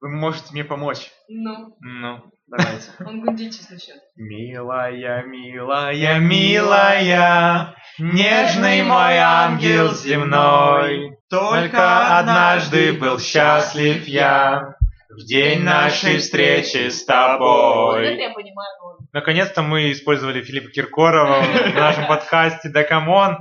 Вы можете мне помочь. Ну, Давайте. он гундит сейчас начнет. Милая, милая, милая, нежный мой ангел земной, только однажды был счастлив я в день нашей встречи с Вот это тобой. я понимаю. но- Наконец-то мы использовали Филиппа Киркорова в нашем подкасте «Да камон».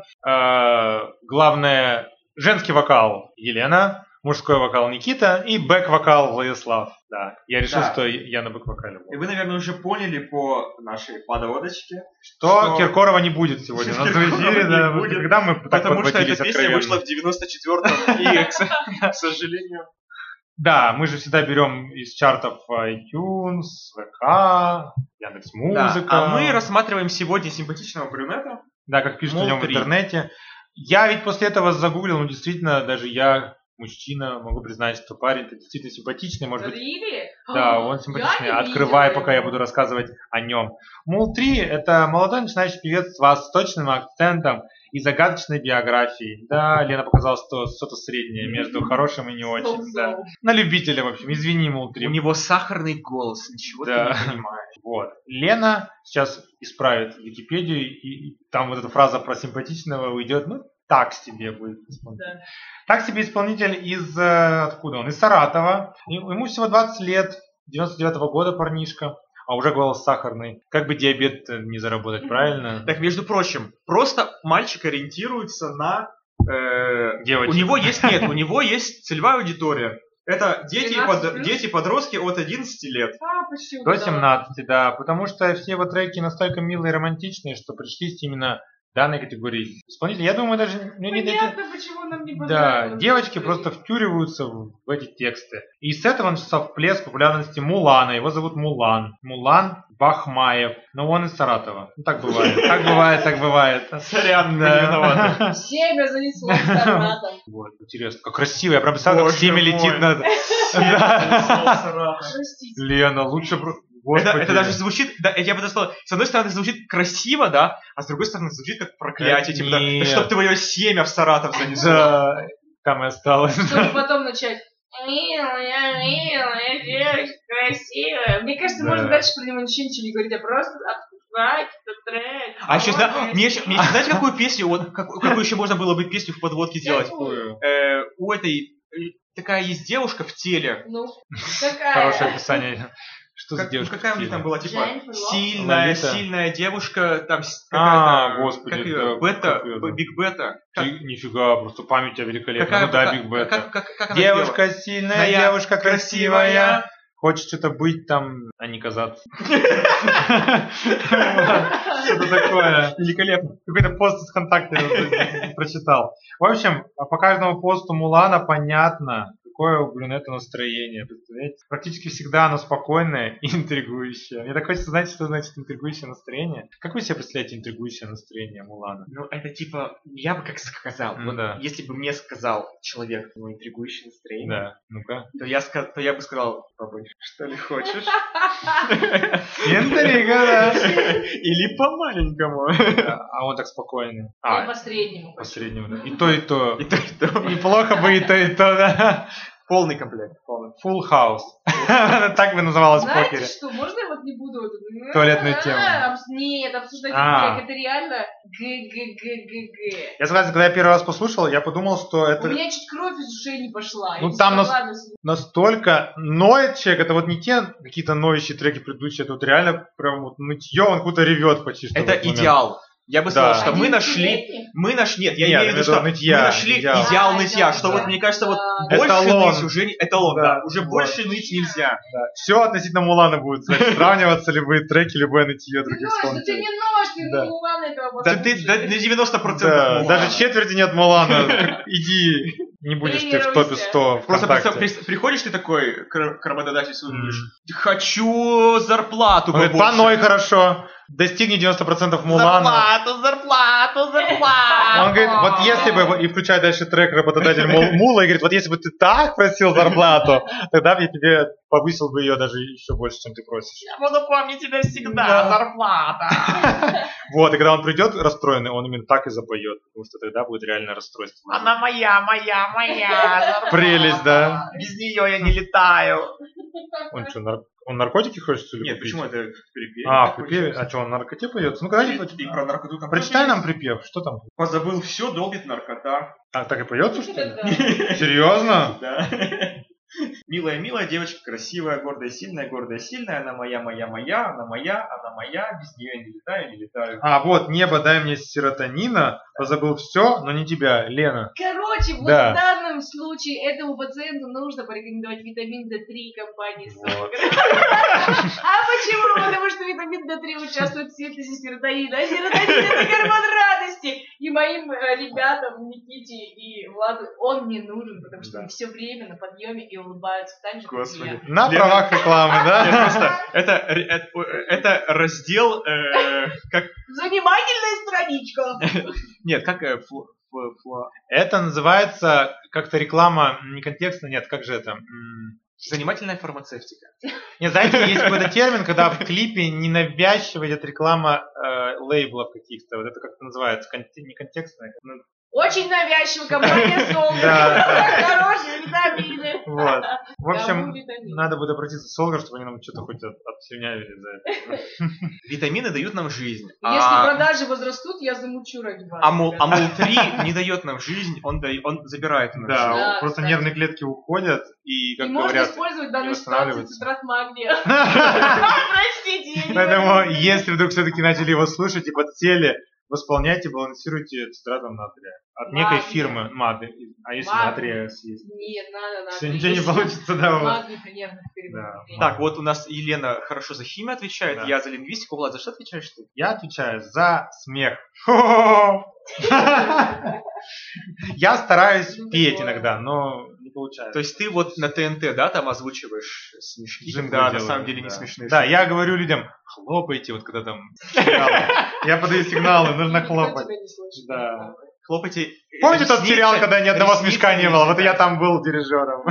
Главное, женский вокал Елена, мужской вокал Никита и бэк-вокал Владислав. Да, я решил, Да. что я на бэк-вокале. И вы, наверное, уже поняли по нашей подводочке, Что Киркорова не будет сегодня у нас в Киркорова эфире, да, не будет, когда мы так потому что подводились эта песня откровенно. вышла в 94-м, и, к сожалению... Да, мы же всегда берем из чартов iTunes, ВК, Яндекс.Музыка. Да, а мы рассматриваем сегодня симпатичного брюнета. Да, как пишут о нем в Мол 3. интернете. Я ведь после этого загуглил, ну действительно, даже я, мужчина, могу признать, что парень-то действительно симпатичный, может быть. Really? Да, он Я симпатичный. не Открывай, видела пока я его. буду рассказывать о нем. Мул 3 это молодой начинающий певец с восточным акцентом и загадочной биографией. Да, Лена показала, что что-то среднее между хорошим и не очень. Да. На любителя, в общем, извини, Мул 3. У него сахарный голос, ничего Да. ты не понимаешь. Вот. Лена сейчас исправит Википедию, и там вот эта фраза про симпатичного уйдет, ну, так себе будет исполнитель. Да. Так себе исполнитель из, откуда он? Из Саратова. Ему всего 20 лет, 99-го года парнишка, а уже голос сахарный. Как бы диабет не заработать, правильно? Так, между прочим, просто мальчик ориентируется на... Девочек. У него есть, нет, у него есть целевая аудитория. Это дети, 13 плюс? дети-подростки от 11 лет. Почти До угадала. 17, да, потому что все его треки настолько милые и романтичные, что пришлись именно данной категории исполнителей. Я думаю, даже... ну, не- Понятно, почему нам не Да, понравилось. девочки просто втюриваются в эти тексты. И с этого начался всплеск популярности Мулана. Его зовут Мулан. Мулан Бахмаев. Но он из Саратова. Ну, так бывает. Так бывает, так бывает. Сорян, Да. не виноват. Семя занесло Саратов. Вот, интересно. Как красиво. Я прям представляю, как Боже семя мой. летит на... Да. Простите. Лена, лучше... Господи. Это даже звучит, да, я бы даже сказал, с одной стороны звучит красиво, да, а с другой стороны звучит как проклятие, типа, да Нет. чтоб твое семя в Саратов занесло. Да, там и осталось. Чтобы потом начать. Милая девочка, красивая. Мне кажется, Да. можно дальше про него ничего не говорить, а просто открывать этот трек. А еще, Молодец. мне еще, знаете, какую песню, вот, какую еще можно было бы песню в подводке делать? Какую? У этой, такая есть девушка в теле. Ну, какая? Хорошее описание. Что за Как- девушка? какая у них там была, типа, Jennifer Lopez? сильная, Лолита? сильная девушка, там, А, какая-то, господи, как ее, да, Бета, как её зовут? Биг Бета. Как- Нифига, просто память у тебя великолепная. какая- Ну да, как- Биг Бета. как она Девушка сильная, Моя девушка красивая. красивая. Хочет что-то быть там, а не казаться. Что-то такое. Великолепно. Какой-то пост из ВКонтакте прочитал. В общем, по каждому посту Мулана понятно, какое у брюнета настроение. Представляете? Практически всегда оно спокойное и интригующее. Мне так хочется знать, что значит интригующее настроение. Как вы себе представляете интригующее настроение Мулана? Ну, это типа, я бы как сказал, Ну вот да. если бы мне сказал человек, ну, интригующее настроение, Да, ну-ка. то я бы сказал, побольше, что ли, хочешь? Интрига, да. Или по-маленькому. А он так спокойный. Я по среднему. По среднему, да. И то, и то. И то, и то. Неплохо бы и то, да. Полный комплект. Полный. Full house. Так бы называлось в Знаете покере. что, можно я вот не буду вот это... Туалетную тему. Нет, обсуждать А. трек, это реально г. Я согласен, когда я первый раз послушал, я подумал, что У это меня чуть кровь из ушей не пошла. Ну, Я там не смогла нас- настолько ноет человек. Это вот не те какие-то ноющие треки предыдущие, это вот реально прям вот нытье, он куда-то ревет почти что. в Это этот момент. идеал. Я бы Да. сказал, что мы 11-летний? нашли, нет, я Нет, имею в виду, это что нытья, мы нашли идеал. идеал А, нытья, идеал что нытья. вот, мне кажется, вот Да. больше Эталон. ныть уже, эталон, Да, да, уже вот. больше ныть нельзя. Все относительно Мулана будет значит, сравниваться любые треки, любое нытье Ты других нож, да ты исполнителей. не нож, ты Да. не Мулана этого Да ты послушай. на 90% Да, Мулана. даже четверти нет Мулана. Иди, не будешь ты в топе 100 Просто ВКонтакте. приходишь ты такой к работодателю свой, говоришь, хочу зарплату Он говорит, побольше. паной хорошо, достигни 90% Мулана. Зарплату. Он говорит, вот если бы, и включает дальше трек работодатель Мула, и говорит, вот если бы ты так просил зарплату, тогда бы я тебе повысил бы ее даже еще больше, чем ты просишь. Я буду помнить тебя всегда, Да. зарплата. Вот, и когда он придет расстроенный, он именно так и запоет, потому что тогда будет реально расстройство. Она моя зарплата. Прелесть, да? Без нее я не летаю. Он что, он наркотики хочет, что ли, Нет, купить? почему это в припеве? А, в такой припеве? сейчас? А что, он на наркоте поется? Ну-ка, дайте, И про наркоту там прочитай тоже нам есть. припев, что там? Позабыл все, долбит наркота. А, так и поется, что ли? Да. Серьезно? Да. Милая девочка, красивая, гордая, сильная, она моя, она моя, без нее я не летаю. А, вот, небо, дай мне серотонина, позабыл все, но не тебя, Лена. Короче, вот Да. в данном случае этому пациенту нужно порекомендовать витамин D3 компании Сокер. Вот. А почему? Потому что витамин D3 участвует в синтезе серотонина. А серотонин это гормон радости. И моим ребятам, Никите и Владу, он не нужен, потому что Да. они все время на подъеме и улыбаются так же, как и Господи. я. На Лена- правах рекламы, Нет, да? просто это раздел как Занимательная страничка. нет, как Это называется как-то реклама не контекстная, нет, как же это? занимательная фармацевтика. Не, знаете, есть какой-то термин, когда в клипе ненавязчиво идет реклама лейблов каких-то. Вот это как-то называется, не контекстная. Ну, Очень навязчиво, компания Солнце. Да. Хорошие витамины. вот. В общем, Кому витамины? надо будет обратиться в Солгар, чтобы они нам что-то хоть отслюнявили за это. Витамины дают нам жизнь. Если продажи возрастут, я замучу ради вас. Мол-3 не дает нам жизнь, он забирает у нас жизнь. Да, Да, просто кстати. нервные клетки уходят, и, И как можно говорят, использовать в данной не ситуации восстанавливается. цитрат магния. Простите, я не Поэтому, могу. если вдруг все-таки начали его слушать и подсели, восполняйте, балансируйте цитратом натрия. От некой Магния. фирмы МАДы. А если Магния. натрия съесть? Нет, надо. Все, ничего не получится, да, у вас. Магний при нервных переборах. Так, вот у нас Елена хорошо за химию отвечает, Да. я за лингвистику. Влад, за что отвечаешь ты? Я отвечаю за смех. Я стараюсь Ну, петь такое. иногда, но не получается. То есть ты вот на ТНТ, да, там озвучиваешь смешки, Джинглы когда на делаю, самом деле не да. смешные. Да, шутки. я говорю людям, хлопайте, вот когда там сигналы. Я подаю сигналы, нужно Никто хлопать. тебя не слышит. Да. Хлопайте. Помните тот сериал, когда ни одного ресницы смешка не было? Вот не я там был дирижером.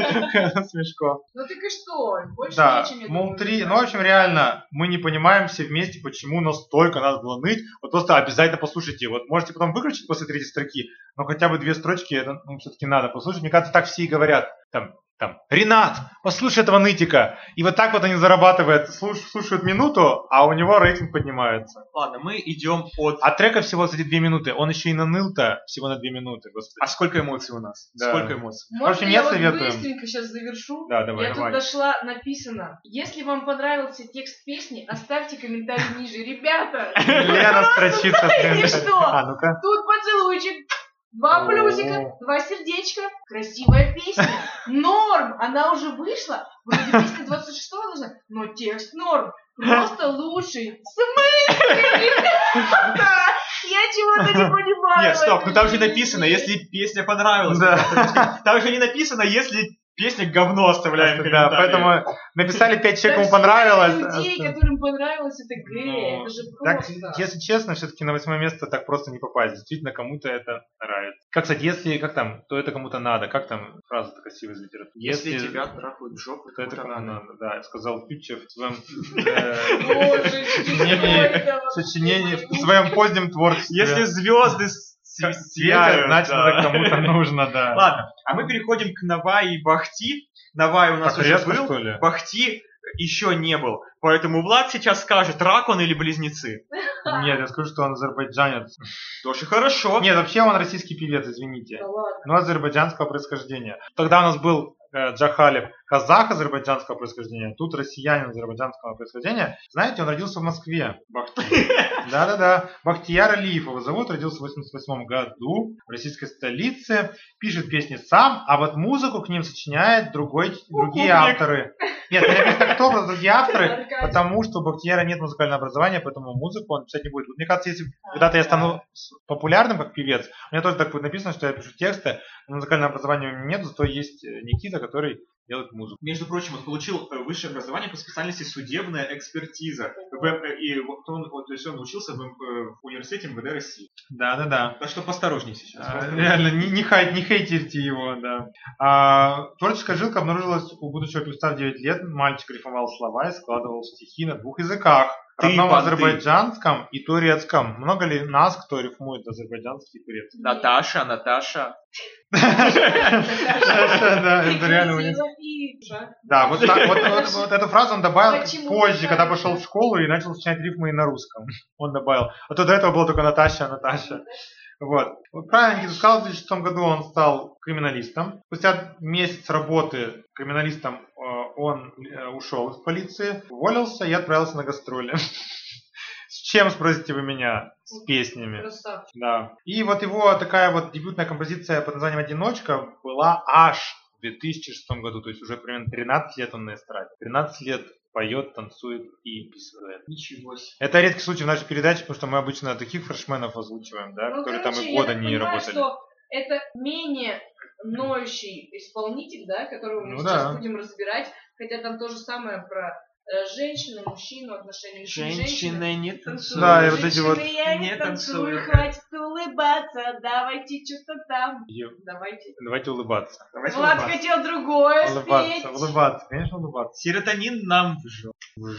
Смешко. Ну так и что? Больше Да, нечем, я мол, думаю, 3. заниматься. Ну, в общем, реально, мы не понимаем все вместе, почему настолько надо было ныть. Вот просто обязательно послушайте. Вот можете потом выключить после третьей строки, но хотя бы 2 строчки это все-таки надо послушать. Мне кажется, так все и говорят. Там, Ренат, послушай этого нытика. И вот так вот они зарабатывают, слушают минуту, а у него рейтинг поднимается. Ладно, мы идем от... А трека всего, кстати, 2 минуты. Он еще и наныл-то всего на 2 минуты, господи. А сколько эмоций у нас? Да. Сколько эмоций? Можно общем, я я вот советую. быстренько сейчас завершу? Да, давай, Я давай. тут дошла, написано. Если вам понравился текст песни, оставьте комментарий ниже. Ребята, Лена строчится. знаете что? А, ну-ка. тут поцелуйчик. 2 плюсика, 2 сердечка. Красивая песня. Норм. Она уже вышла. Вроде песня 26-го нужна, но текст норм. Просто лучший. В смысле, ребята? Я чего-то не понимаю. Нет, стоп, в ну там же этой написано, жизни. если песня понравилась. Да. Там же не написано, если песня говно оставляем Да, комментарии. поэтому написали 5 человек, Да кому понравилось. людей, которым понравилось, это Ну, это же так, просто. если честно, все-таки на 8 место так просто не попасть. Действительно, кому-то это нравится. Как, кстати, если как там, то это кому-то надо. Как там фраза красивая из литературы? Если тебя трахают в жопу, то это кому-то кому надо. надо. Да, сказал Тютчев в своем Боже, сочинении, в своем позднем творчестве. Если звезды светят, сияют, значит, да. это кому-то нужно, да. Ладно, а мы переходим к Навай и Бахти. Навай у нас Так уже резко, был, что ли? Бахти еще не был. Поэтому Влад сейчас скажет, рак он или близнецы. Нет, я скажу, что он азербайджанец. Тоже хорошо. Нет, вообще он российский певец, извините. Да ладно. Но азербайджанского происхождения. Тогда у нас был Джахалев, казах азербайджанского происхождения, тут россиянин азербайджанского происхождения. Знаете, он родился в Москве. Да-да-да. Бахтияр Алиев его зовут, родился в 88 году в российской столице. Пишет песни сам, а вот музыку к ним сочиняют другие Кукольник. авторы. Нет, не написано кто, просто другие авторы, Аркадий. потому что у Бахтияра нет музыкального образования, поэтому музыку он писать не будет. Мне кажется, если когда-то я стану популярным как певец, у меня тоже так будет написано, что я пишу тексты, но музыкального образования у меня нет, зато есть Никита, который делает музыку. Между прочим, он получил высшее образование по специальности судебная экспертиза. И вот то есть он учился в университете МВД России. Да. Так что посторожней сейчас. Реально, не хейтерите его, да. Творческая жилка обнаружилась у будущего певца в 9 лет. Мальчик рифмовал слова и складывал стихи на 2 языках. Родном азербайджанском и турецком. Много ли нас, кто рифмует азербайджанский и турецкий? Наташа. Да, это реально. Да, вот эту фразу он добавил позже, когда пошел в школу и начал сочинять рифмы и на русском. Он добавил. А то до этого было только Наташа. Вот. Правильно Никита сказал, в 2006 году он стал криминалистом. Спустя месяц работы криминалистом он ушел из полиции, уволился и отправился на гастроли. С чем, спросите вы меня? С песнями. Красавчик. Да. И вот его такая вот дебютная композиция под названием «Одиночка» была аж в 2006 году. То есть уже примерно 13 лет он на эстраде. 13 лет поет, танцует и писает. Ничего себе. Это редкий случай в нашей передаче, потому что мы обычно таких фрешменов озвучиваем, да, которые там и года не работали. Что это менее ноющий исполнитель, да, которого мы сейчас будем разбирать, хотя там то же самое про женщину, мужчину, отношения женщины не танцуют. Да, и вот эти вот... не танцую, хватит улыбаться, давайте что-то там. Давайте улыбаться. Влад хотел другое спеть. Улыбаться, конечно, улыбаться. Серотонин нам вжил.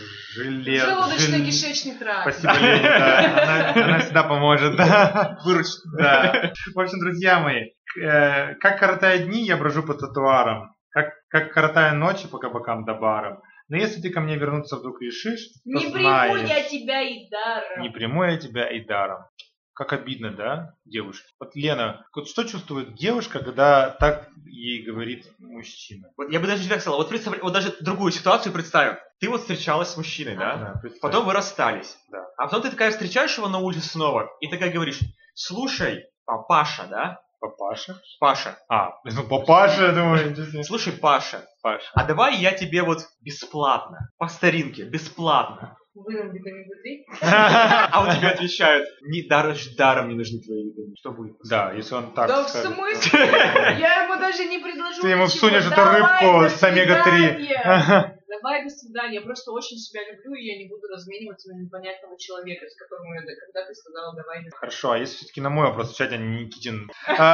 Желудочно-кишечный тракт. Спасибо, Лене, да. Она всегда поможет, да. Выручит. Да. В общем, друзья мои, как коротаю дни, я брожу по тротуарам. Как коротаю ночи по кабакам да барам. Но если ты ко мне вернуться вдруг решишь, не то приму знаешь, я тебя и даром. не приму я тебя и даром. Как обидно, да, девушке? Вот, Лена, вот что чувствует девушка, когда так ей говорит мужчина? Вот я бы даже так сказал, вот представь, вот даже другую ситуацию представим. Ты вот встречалась с мужчиной, да? Потом вы расстались. Да. А потом ты такая встречаешь его на улице снова и такая говоришь: слушай, папаша, да? Папаша? Паша. Папаша, я думаю. Слушай, Паша, а давай я тебе вот бесплатно, по старинке, бесплатно. Выдам витамин D3. А он тебе отвечают: даром не нужны твои витамины. Что будет? Да, если он так Да в скажет. смысле? Я ему даже не предложу. Ты ему ничего. всунешь эту Давай, рыбку до с омега-3. свидания. Давай, до свидания. Я просто очень себя люблю, и я не буду размениваться на непонятного человека, с которым я когда-то сказала давай. Хорошо, а если все-таки на мой вопрос отвечать, а не Никитин,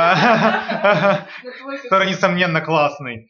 который, несомненно, классный.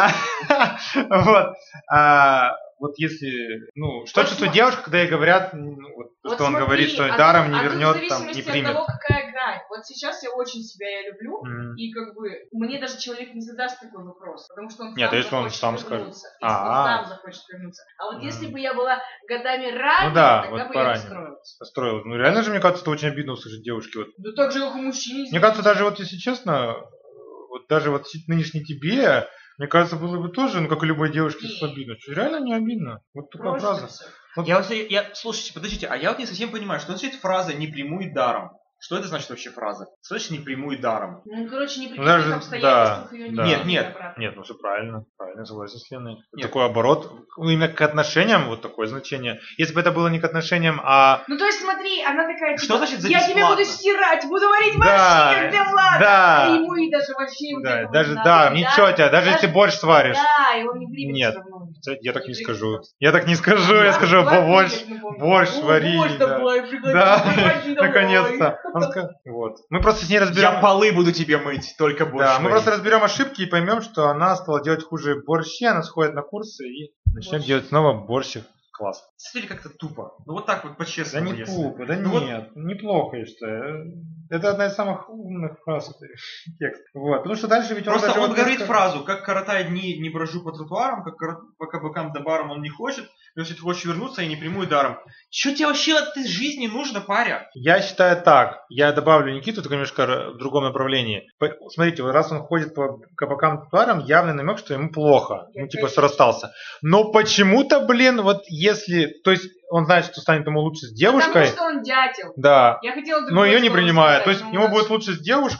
Вот если, что чувствует девушка, когда ей говорят, что он говорит, что даром не вернет, там, не примет. От того, какая грань. Вот сейчас я очень себя люблю, и как бы мне даже человек не задаст такой вопрос, потому что он сам захочет вернуться. Если он сам захочет вернуться. А вот если бы я была годами ранее, тогда бы я построилась. Реально же, мне кажется, это очень обидно услышать девушке. Да так же, как и мужчине. Мне кажется, даже вот если честно, даже нынешней тебе, мне кажется, было бы тоже, как и любой девушке, обидно. Что реально не обидно. Вот такая фраза. Слушайте, подождите, а я вот не совсем понимаю, что значит фраза «не приму и даром». Что это значит вообще фраза? Что значит «не приму и даром»? Короче, не при каких обстоятельствах ее не Нет, все правильно. Правильно, согласен с Леной. Такой оборот. Именно к отношениям вот такое значение. Если бы это было не к отношениям, а... то есть смотри, она такая, что значит за я бесплатно? тебя буду стирать, буду варить вообще для Влада. Да. А ему и даже вообще... Да, даже, ничего тебя, даже если борщ сваришь. Да, и он не примет. Нет, я так не скажу. Я скажу, борщ вари. Да, наконец-то. Вот. Мы просто с ней разберем. Я полы буду тебе мыть, только борщ. Да, мы просто разберем ошибки и поймем, что она стала делать хуже борщи, она сходит на курсы и начнет делать снова борщик. Класс. Смотри, как-то тупо. Вот так вот по-честному. Да не тупо, нет, неплохо, я считаю. Это одна из самых умных фраз текста. Вот, потому что дальше ведь он просто говорит фразу: как коротая дни не брожу по тротуарам, как по кабакам да барам он не хочет, но если ты хочешь вернуться, я не приму и даром. Что тебе вообще от этой жизни нужно, паря? Я считаю так. Я добавлю Никиту, только немножко в другом направлении. Смотрите, раз он ходит по кабакам да барам, явный намек, что ему плохо. Все расстался. Но почему-то, вот если... То есть он знает, что станет ему лучше с девушкой. Потому что он дятел. Да. Я хотела но ее не принимает. То есть ему будет лучше с девушкой,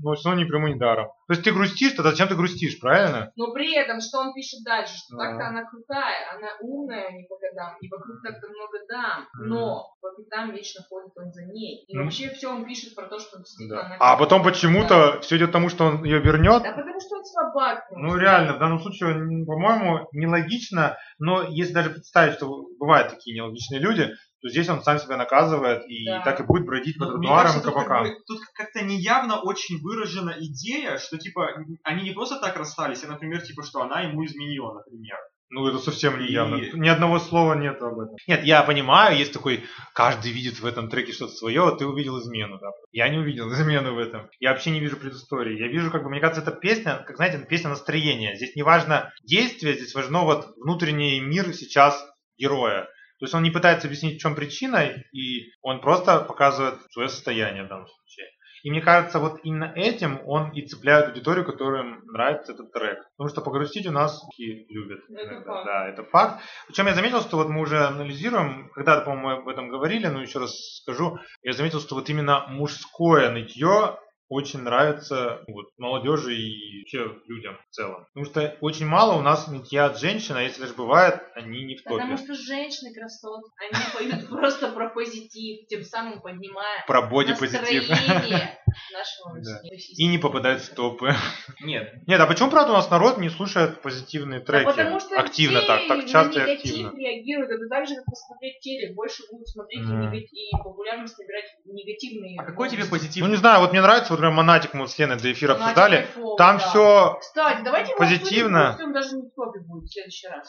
но все равно не приму даром. То есть ты грустишь, тогда зачем ты грустишь, правильно? Но при этом, что он пишет дальше, что Да. так-то она крутая, она умная не по годам, и вокруг так-то много дам, но по пятам вечно ходит он за ней. И вообще все он пишет про то, что действительно она... А потом крутая. почему-то все идет к тому, что он ее вернет. Да потому что он слабак. Ну реально, в данном случае, по-моему, нелогично, но если даже представить, что бывают такие нелогичные люди, то здесь он сам себя наказывает и Да. так и будет бродить по Ну, мне тротуарам и кажется, тут, как кабакам. бы, тут как-то неявно очень выражена идея, что типа они не просто так расстались, а, например, типа, что она ему изменила, например. Ну, это совсем не И- явно. Ни одного слова нет об этом. Нет, я понимаю, есть такой, каждый видит в этом треке что-то свое, а ты увидел измену, да. Я не увидел измену в этом. Я вообще не вижу предыстории. Я вижу, как бы, мне кажется, это песня, как, знаете, песня настроения. Здесь не важно действие, здесь важно вот внутренний мир сейчас героя. То есть он не пытается объяснить, в чем причина, и он просто показывает свое состояние в данном случае. И мне кажется, вот именно этим он и цепляет аудиторию, которым нравится этот трек. Потому что погрустить у нас такие любят. Это иногда. факт. Да, это факт. Причем я заметил, что вот мы уже анализируем, когда-то, по-моему, мы об этом говорили, но еще раз скажу, я заметил, что вот именно мужское нытье очень нравится вот, молодежи и вообще людям в целом. Потому что очень мало у нас нытья от женщин, а если даже бывает, они не в топе. Потому что женщины красотки, они поют просто про позитив, тем самым поднимая Про бодипозитив. настроение нашего Да. населения. И не попадают в топы. Нет. Нет, а почему, правда, у нас народ не слушает позитивные треки? Да потому что активно все так часто на и негатив активно. реагируют. Это так же, как посмотреть телек. Больше будут смотреть и популярность набирать негативные. А какой тебе новости. позитив? Ну не знаю, вот мне нравится, вот прям Монатик мы с Леной до эфира Монатик обсуждали. кайфовый, Там да. все Кстати, давайте его позитивно. обсудим, он даже не в топе будет в следующий раз.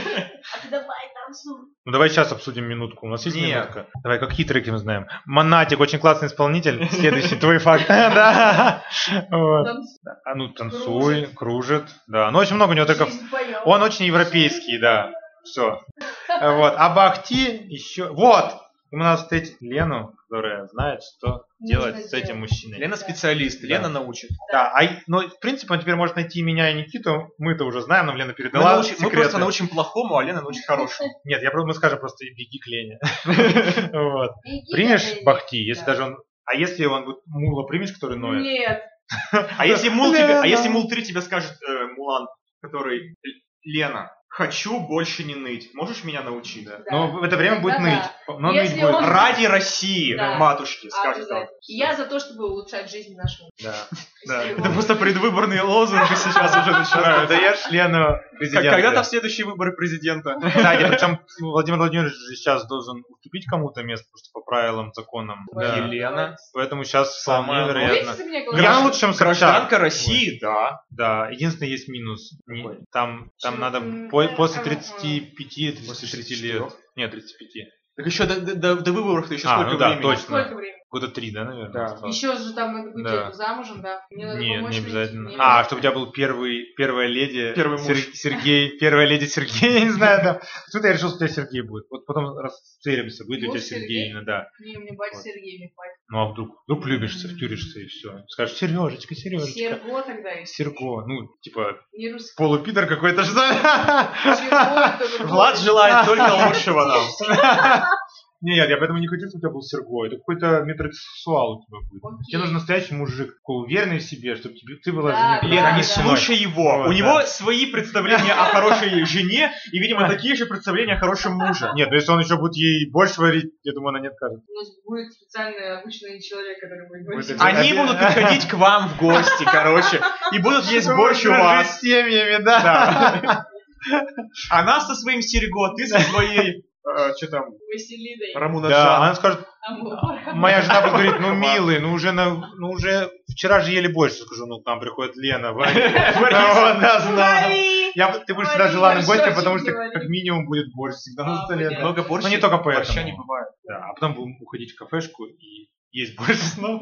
А ты давай танцуй. Ну давай сейчас обсудим минутку. У нас есть Нет. минутка? Давай, какие треки мы знаем? Монатик, очень классный исполнитель. Следующий твой факт. Да. Вот. Танцуй. А ну танцуй, кружит. Да. Ну очень много у него треков. Жизнь поет. Он очень европейский, да. Все. Вот. А Бахти еще. Вот! Ему надо встретить Лену, которая знает, что Нужно делать с этим делать. мужчиной. Лена специалист, Да. Лена научит. Да, ну, в принципе, он теперь может найти меня и Никиту. Мы-то уже знаем, нам Лена Мы, передала мы секреты. просто научим плохому, а Лена научит хорошему. Нет, мы скажем просто беги к Лене. Вот. Беги, Примешь Леня. Бахти, если Да. даже он... А если он будет мула примешь, который ноет? Нет. А если Мул Лена. а если Мул 3 тебе скажет, Мулан, который, Лена, хочу больше не ныть, можешь меня научить? Да. Но в это время будет Тогда ныть. да. Но Если ныть будет. он- Ради России, Да. матушки, скажет он. Обязательно. Я за то, чтобы улучшать жизнь нашего. Да. Да. Это просто предвыборные лозунги сейчас уже начинаются. Даешь Лену президенту. Когда-то в следующие выборы президента. Кстати, причем Владимир Владимирович же сейчас должен уступить кому-то место, просто по правилам, законам. Да. Елена. Поэтому сейчас Самая вполне Видите, вероятно. за меня Я голосуете? лучше, чем Собчак. Гражданка России, да. Да, единственный есть минус. Какой? Там Чего? надо после 35, после 30 лет. Нет, 35. Так еще до выборов-то еще А, сколько ну да, времени? точно. Сколько времени? Года 3, да, наверное? Да. осталось? Еще же там надо быть Да. замужем, да? Мне надо Нет, помочь не найти. обязательно. Мне А, надо- чтобы у тебя был первая леди Первый муж. Сергей, первая леди Сергей, я не знаю, да. Почему-то я решил, что у тебя Сергей будет. Вот потом расстреливаемся, будет ли у Муж тебя Сергей Сергей? именно, да. Не, мне батя Вот. Сергей, мне хватит. Ну а вдруг влюбишься, втюришься и все. Скажешь, Сережечка. Серго тогда есть. Серго, ну, типа, Не русский. полупидор какой-то, что ли? Серго это другое. Влад желает только лучшего нам. Нет, я поэтому не хочу, чтобы у тебя был Серго. Это какой-то метросексуал у тебя будет. Окей. Тебе нужен настоящий мужик, такой уверенный в себе, чтобы ты была Да, за ним. да, Лена, не да. слушай его. Вот, У него да. свои представления о хорошей жене и, видимо, такие же представления о хорошем муже. Нет, ну если он еще будет ей борщ варить, я думаю, она не откажет. У нас будет специальный обычный человек, который будет говорить. Будет Они будут приходить к вам в гости, короче, и будут есть борщ у вас. С семьями, да. Да. Она со своим Серго, ты со своей... Что там? Василидой. Рамуна Да, Жан. она скажет, моя жена будет говорить, ну милый, ну уже вчера же ели борщ. Я скажу, ну к нам приходит Лена, Варя. Ну, да, знаю. Ты будешь всегда Вари, желанным гостем, горшочек потому что говори. как минимум будет борщ всегда на А, столе. понятно. да. Много борща. Ну не только Борща поэтому. не бывает. Да, а потом будем уходить в кафешку и есть борщ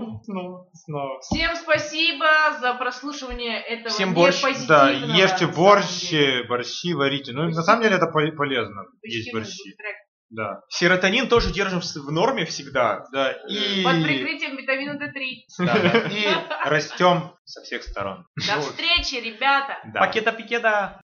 снова. Всем спасибо за прослушивание этого Всем борщ. Да, непозитивного, ешьте на самом деле, борщи варите. Ну, на Спасибо. самом деле это полезно, есть позитивный борщи. трек. Да. Серотонин тоже держим в норме всегда. Да, и, Под прикрытием витамина D3. да, и растем со всех сторон. До встречи, ребята! Да. Пакета-пикета.